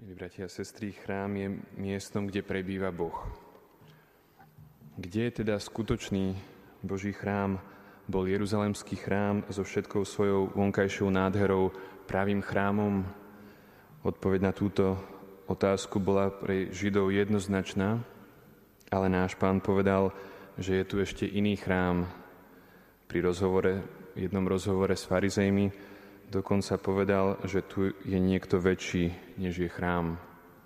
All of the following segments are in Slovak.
Milí bratia a sestry, chrám je miestom, kde prebýva Boh. Kde je teda skutočný Boží chrám? Bol Jeruzalemský chrám so všetkou svojou vonkajšou nádherou pravým chrámom? Odpoveď na túto otázku bola pre Židov jednoznačná, ale náš Pán povedal, že je tu ešte iný chrám. Pri jednom rozhovore s farizejmi dokonca povedal, že tu je niekto väčší, než je chrám.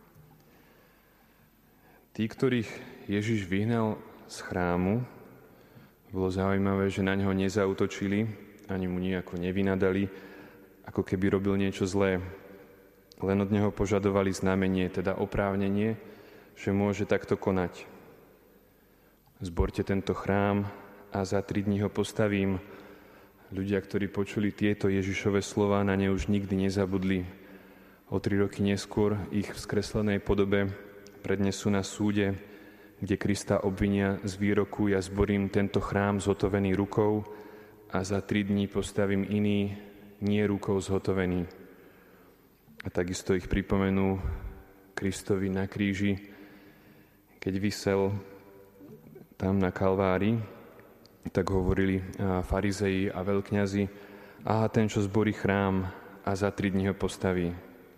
Tí, ktorých Ježiš vyhnal z chrámu, bolo zaujímavé, že na neho nezautočili, ani mu nejako nevynadali, ako keby robil niečo zlé. Len od neho požadovali znamenie, teda oprávnenie, že môže takto konať. Zborte tento chrám a za 3 dní ho postavím. Ľudia, ktorí počuli tieto Ježišove slová, na ne už nikdy nezabudli. O 3 roky neskôr ich v skreslenej podobe prednesú na súde, kde Krista obvinia z výroku: ja zborím tento chrám zhotovený rukou a za 3 dní postavím iný, nie rukou zhotovený. A takisto ich pripomenú Kristovi na kríži, keď visel tam na Kalvárii. Tak hovorili farizeji a veľkňazi: ten, čo zborí chrám a za 3 dní ho postaví.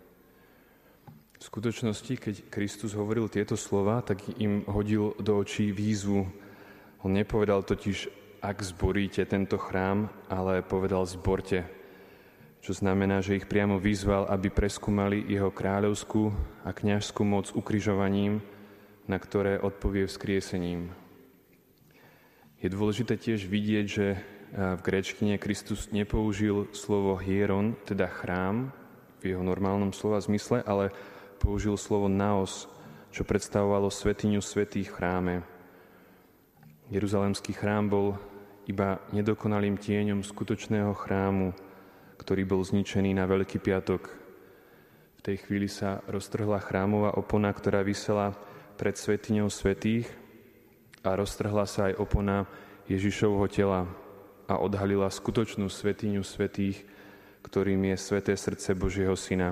V skutočnosti, keď Kristus hovoril tieto slova, tak im hodil do očí výzvu. On nepovedal totiž, ak zboríte tento chrám, ale povedal zborte. Čo znamená, že ich priamo vyzval, aby preskúmali jeho kráľovskú a kňažskú moc ukrižovaním, na ktoré odpovie vzkriesením. Je dôležité tiež vidieť, že v gréčtine Kristus nepoužil slovo hieron, teda chrám, v jeho normálnom slova zmysle, ale použil slovo naos, čo predstavovalo svätyňu svätých v chráme. Jeruzalemský chrám bol iba nedokonalým tieňom skutočného chrámu, ktorý bol zničený na Veľký piatok. V tej chvíli sa roztrhla chrámová opona, ktorá visela pred svätyňou svätých, a roztrhla sa aj opona Ježišovho tela a odhalila skutočnú svätyňu svätých, ktorým je sväté srdce Božieho Syna.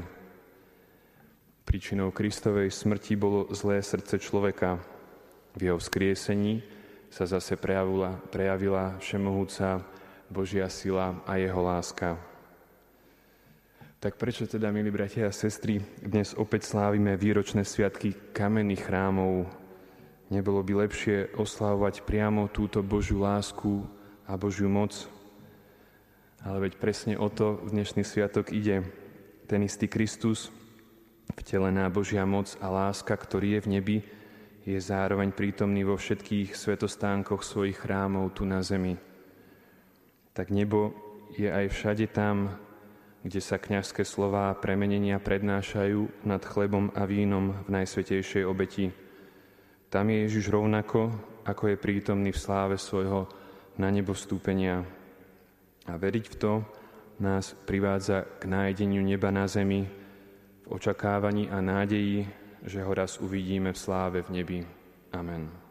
Príčinou Kristovej smrti bolo zlé srdce človeka. V jeho vzkriesení sa zase prejavila všemohúca Božia sila a jeho láska. Tak prečo teda, milí bratia a sestry, dnes opäť slávime výročné sviatky kamenných chrámov? Nebolo by lepšie oslávovať priamo túto Božiu lásku a Božiu moc? Ale veď presne o to v dnešný sviatok ide. Ten istý Kristus, vtelená Božia moc a láska, ktorý je v nebi, je zároveň prítomný vo všetkých svätostánkoch svojich chrámov tu na zemi. Tak nebo je aj všade tam, kde sa kňazské slová premenenia prednášajú nad chlebom a vínom v najsvätejšej obeti. Tam je Ježiš rovnako, ako je prítomný v sláve svojho na nebo vstúpenia. A veriť v to nás privádza k nájdeniu neba na zemi, v očakávaní a nádeji, že ho raz uvidíme v sláve v nebi. Amen.